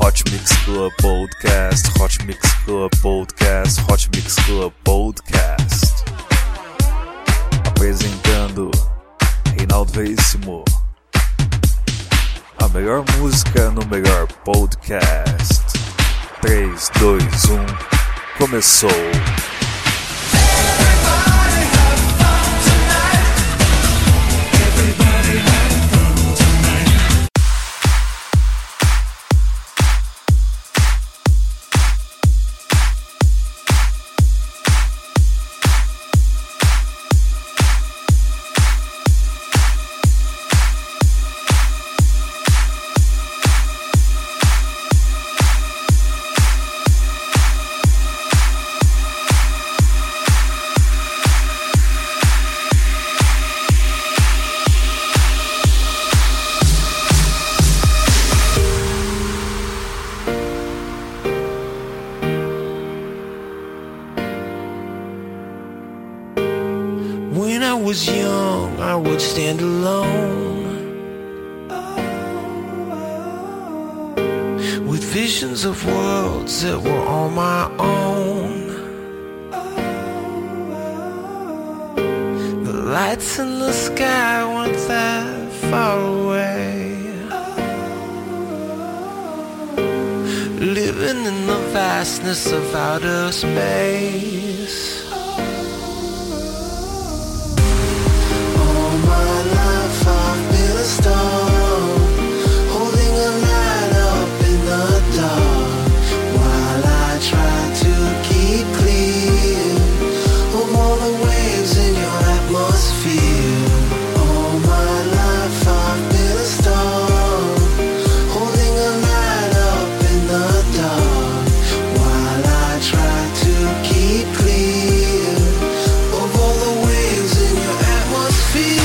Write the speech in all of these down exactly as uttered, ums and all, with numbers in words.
Hot Mix Club Podcast, Hot Mix Club Podcast, Hot Mix Club Podcast. Apresentando Reinaldo Veríssimo. A melhor música no melhor podcast. três, dois, um, começou! Was young, I would stand alone with visions of worlds that were all my own. The lights in the sky weren't that far away. Living in the vastness of outer space. I've been a star, holding a light up in the dark, while I try to keep clear of all the waves in your atmosphere. All my life I've been a star, holding a light up in the dark, while I try to keep clear of all the waves in your atmosphere.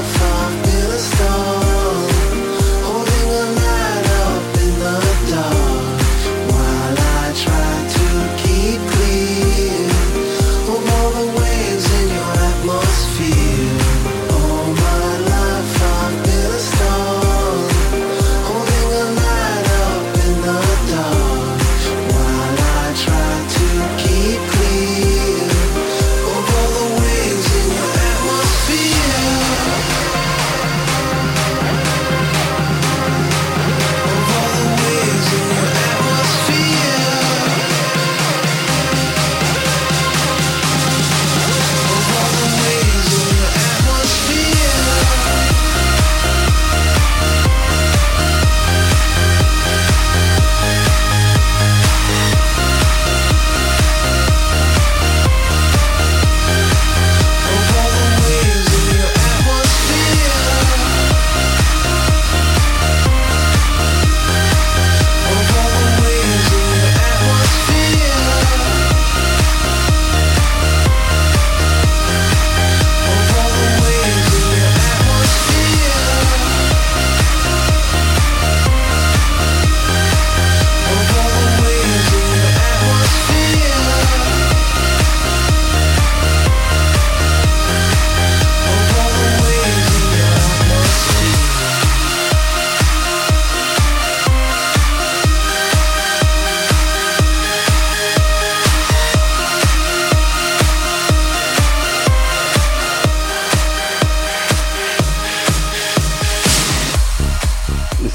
Dark.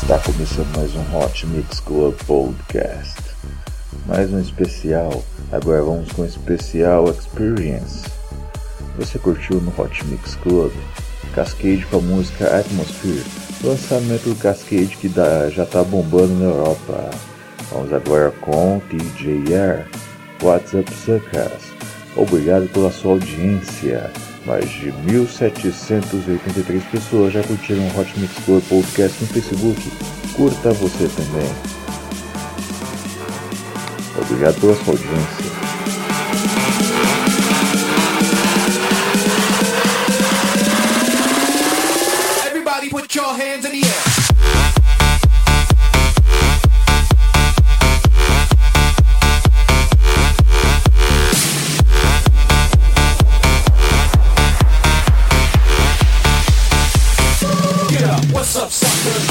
Está começando mais um Hot Mix Club Podcast. Mais um especial. Agora vamos com o Special Experience. Você curtiu no Hot Mix Club Cascade com a música Atmosphere, lançamento do Cascade que dá, já está bombando na Europa. Vamos agora com T J R, What's Up Suckers. Obrigado pela sua audiência. Mais de mil setecentas e oitenta e três pessoas já curtiram o Hot Mix Club Podcast no Facebook. Curta você também. Obrigado pela sua audiência. Everybody put your hands in the air. What's up, sucker?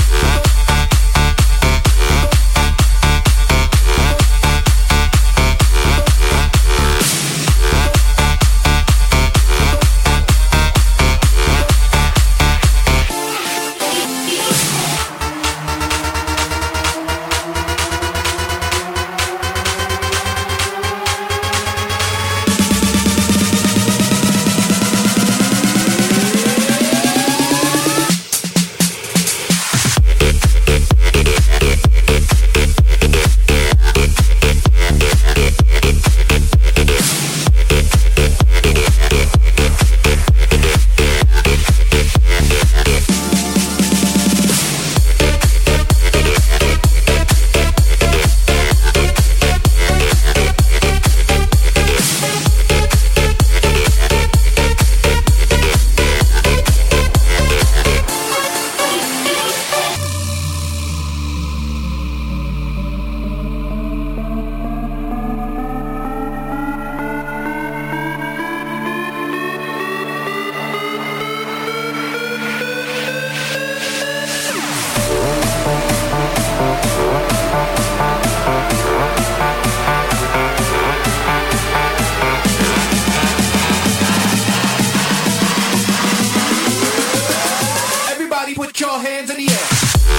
Put your hands in the air.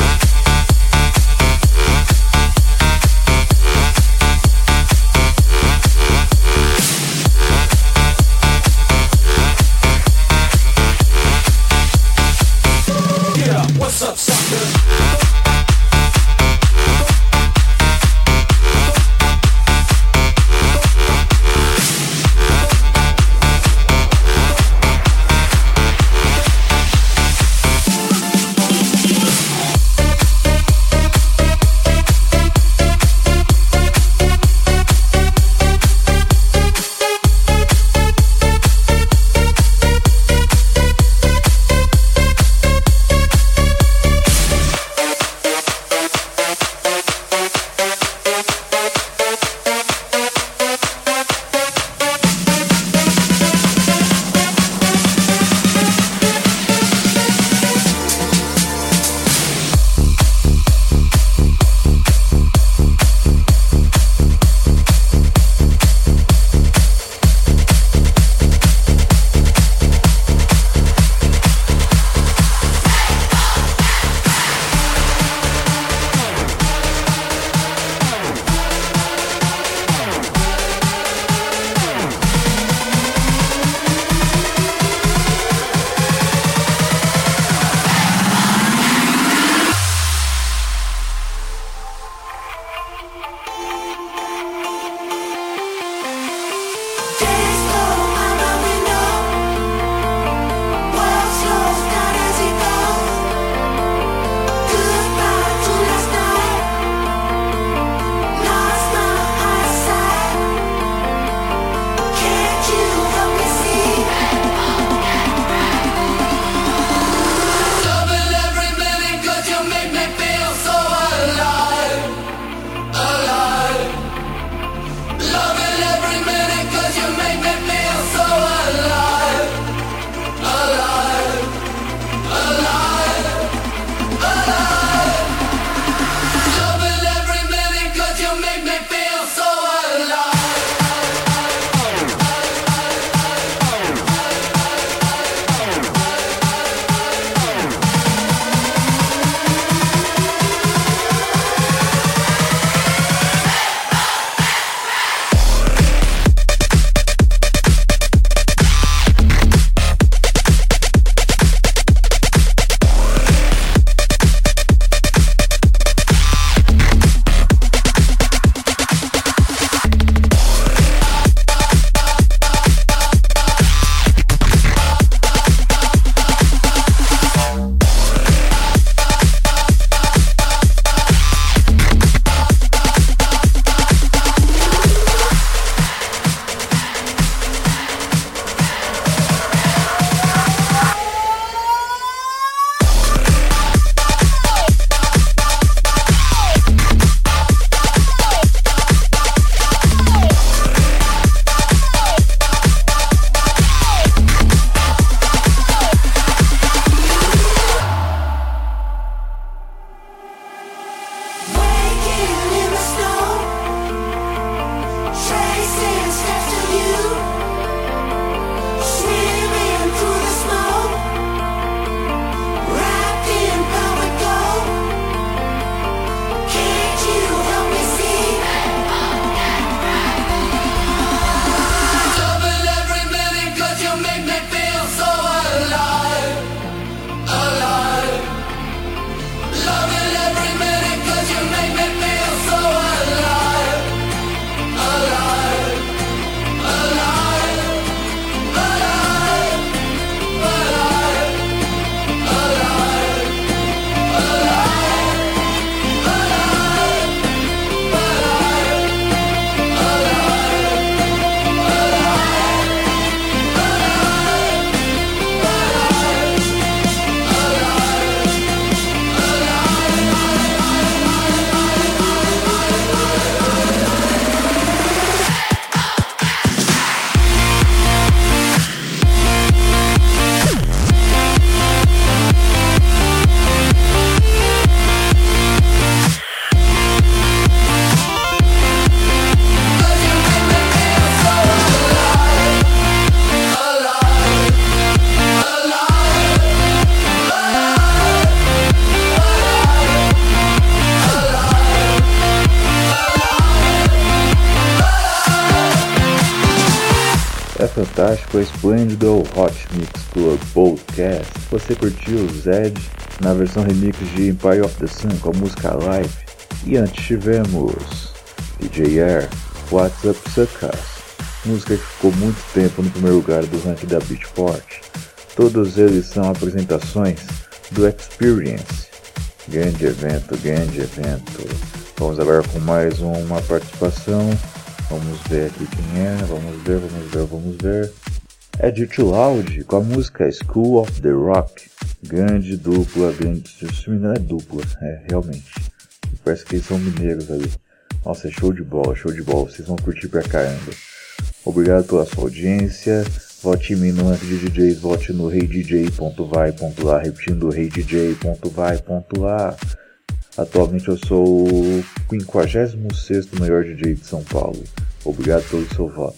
Yeah, what's up, sucker? fantástico, esplêndido é o Hot Mix Club Podcast. Você curtiu o Zed na versão remix de Empire of the Sun com a música Live. E antes tivemos D J Air, What's Up Suckers, música que ficou muito tempo no primeiro lugar do ranking da Beatport. Todos eles são apresentações do Experience. Grande evento, grande evento. Vamos agora com mais uma participação. Vamos ver aqui quem é, vamos ver, vamos ver, vamos ver. É de Too Loud com a música School of the Rock. Grande dupla, grande, se não me engano é dupla, é, realmente. Parece que eles são mineiros ali. Nossa, é show de bola, show de bola, vocês vão curtir pra caramba. Obrigado pela sua audiência. Vote em mim no ranking de D Js, vote no rei D J ponto vai ponto lá, repetindo rei D J ponto vai ponto lá. Atualmente eu sou o quinquagésimo sexto melhor D J de São Paulo. Obrigado pelo seu voto.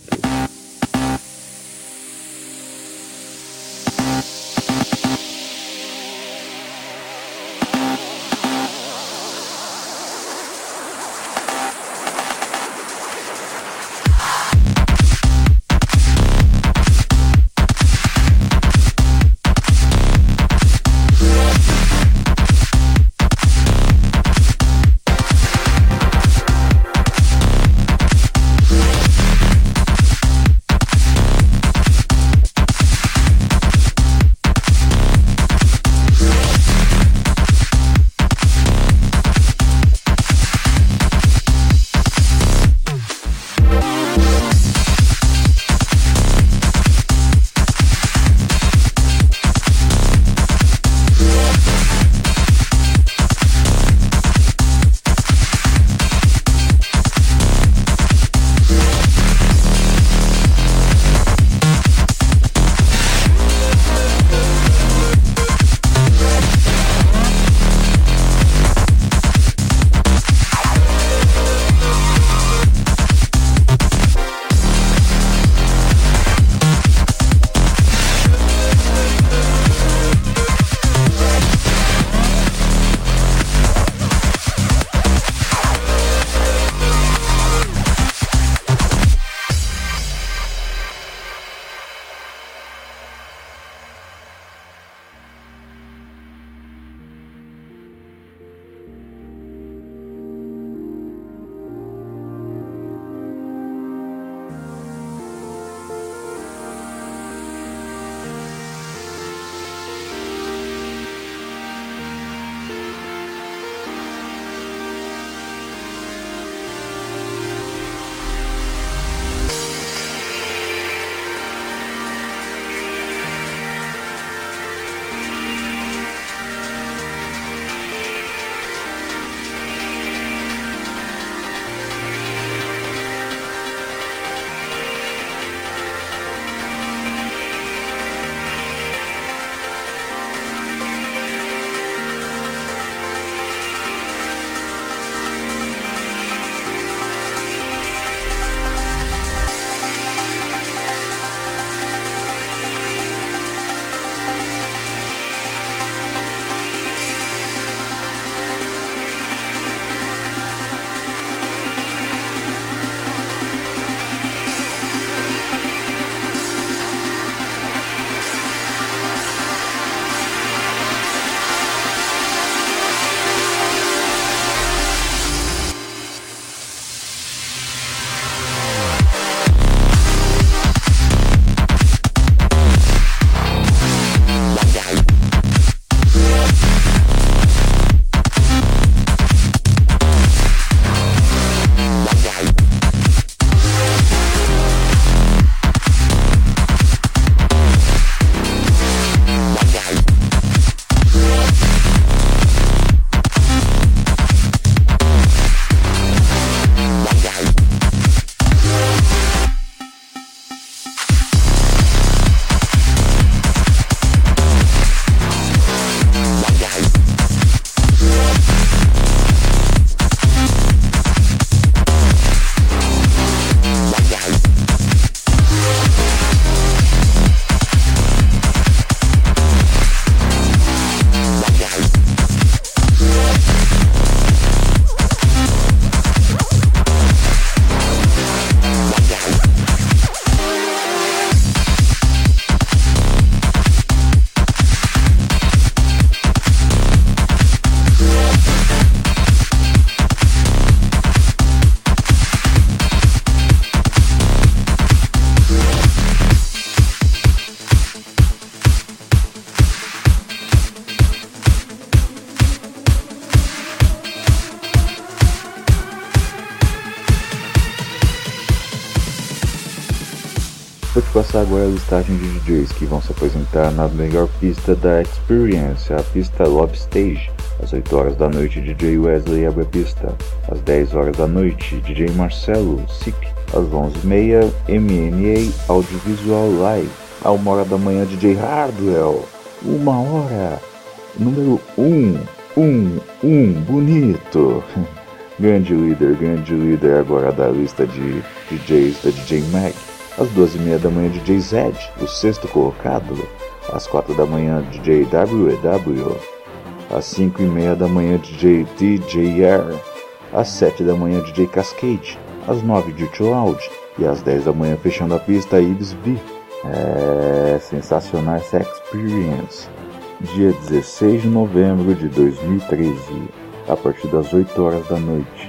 passar agora a listagem de D Js que vão se apresentar na melhor pista da Experience, a pista Love Stage. Às oito horas da noite, D J Wesley abre a pista. Às dez horas da noite, D J Marcelo, S I P. Às onze e meia, M N A Audiovisual Live. À uma hora da manhã, D J Hardwell. Uma hora. Número um. Um. Um. Bonito. Grande líder, grande líder agora da lista de D Js da D J Mag. Às duas e meia da manhã, D J Zed, o sexto colocado. Às quatro da manhã, D J W E W. Às cinco e meia da manhã, D J D J R. Às sete da manhã, D J Cascade. Às nove, D J Loud. E às dez da manhã, fechando a pista, Ibs B. É sensacional essa experience. Dia dezesseis de novembro de dois mil e treze, a partir das oito horas da noite.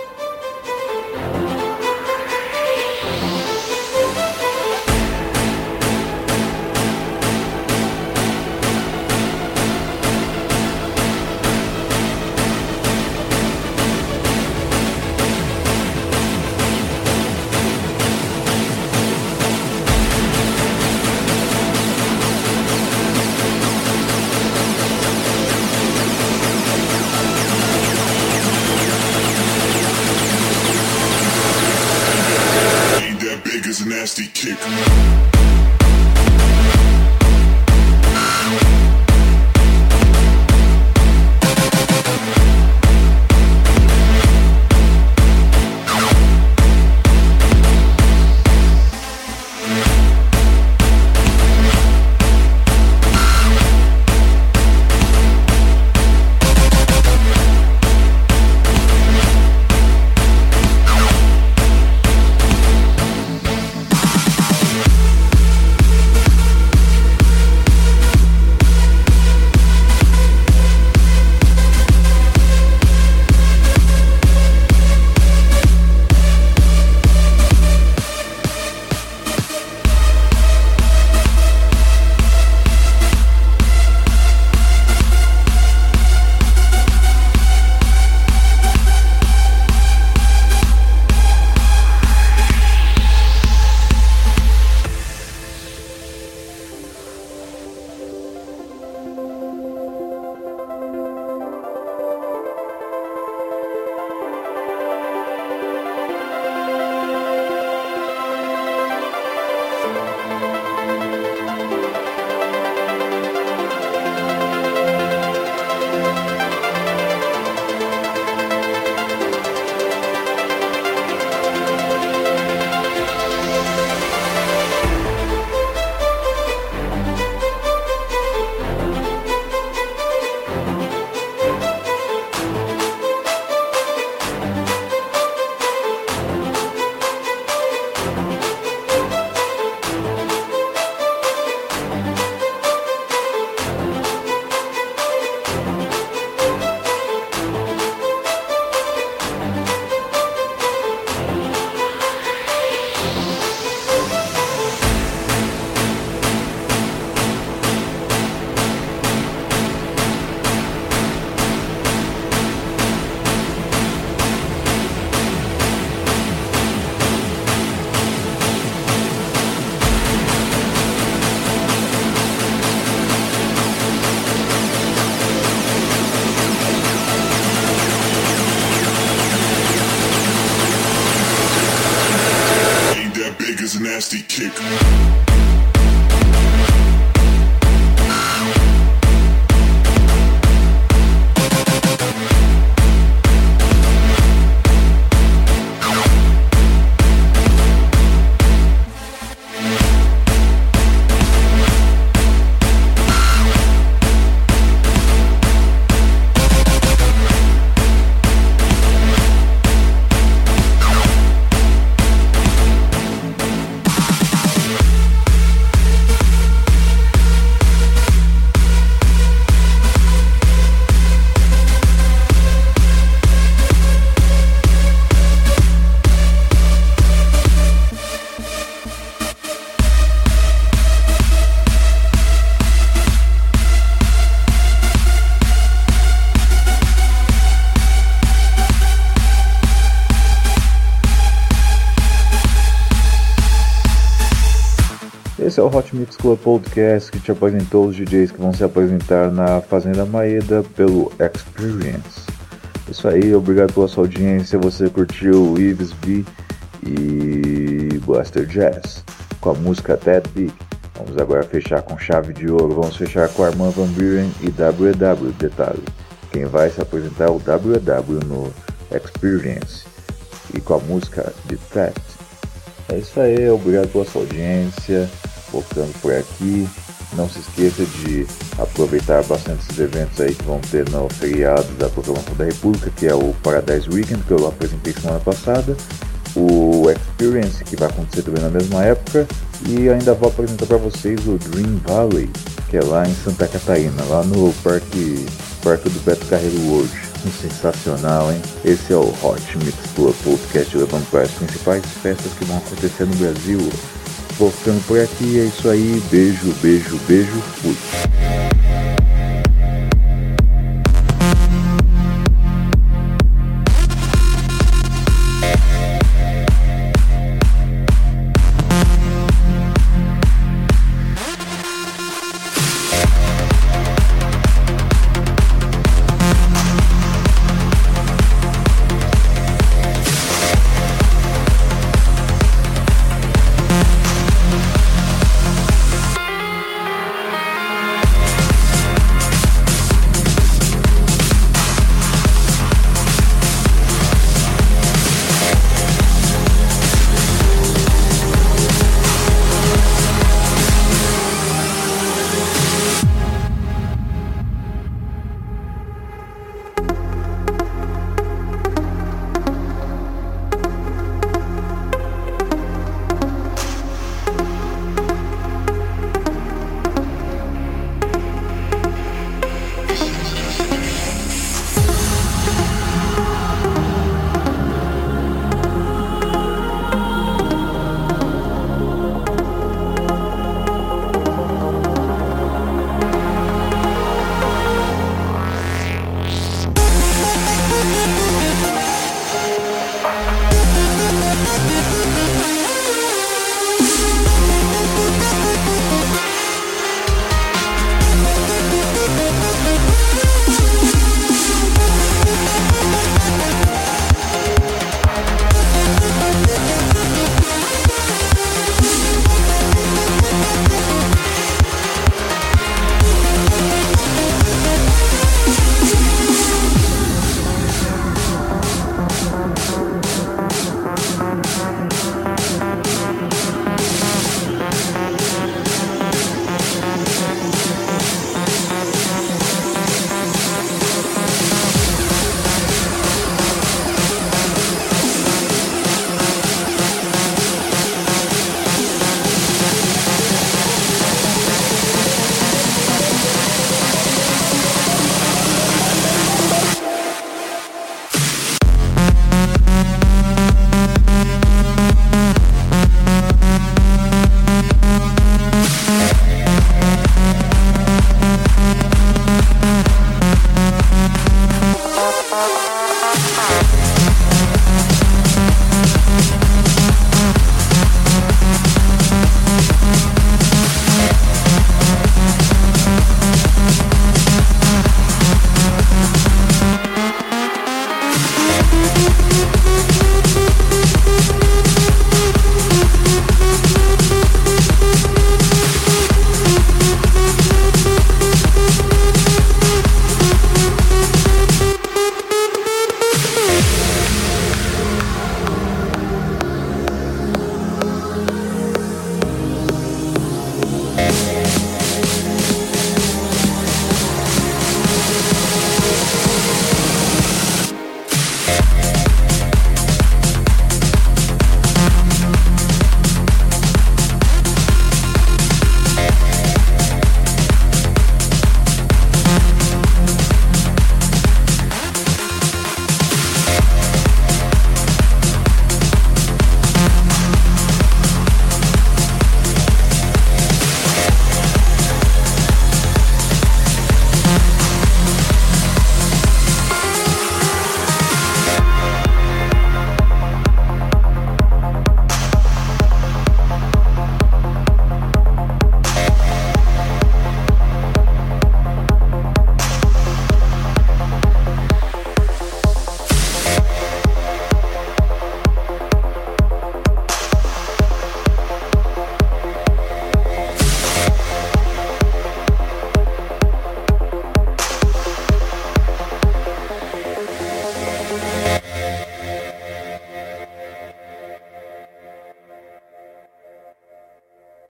Nasty kick. Nasty kick. Esse é o Hot Mix Club Podcast que te apresentou os D Js que vão se apresentar na Fazenda Maeda pelo Experience. Isso aí, obrigado pela sua audiência. Você curtiu Yves V e Buster Jazz com a música That Big. Vamos agora fechar com chave de ouro. Vamos fechar com Armand Van Buuren e W E W. Detalhe, quem vai se apresentar é o W E W no Experience e com a música The Fact. É isso aí, obrigado pela sua audiência. Voltando por aqui, não se esqueça de aproveitar bastante esses eventos aí que vão ter no feriado da Proclamação da República, que é o Paradise Weekend, que eu apresentei semana passada, o Experience, que vai acontecer também na mesma época, e ainda vou apresentar para vocês o Dream Valley, que é lá em Santa Catarina, lá no Parque, Parque do Beto Carreiro World. Sensacional, hein? Esse é o Hot Mix Club Podcast, levando para as principais festas que vão acontecer no Brasil. Vou ficando por aqui, é isso aí. Beijo, beijo, beijo, fui. Bye.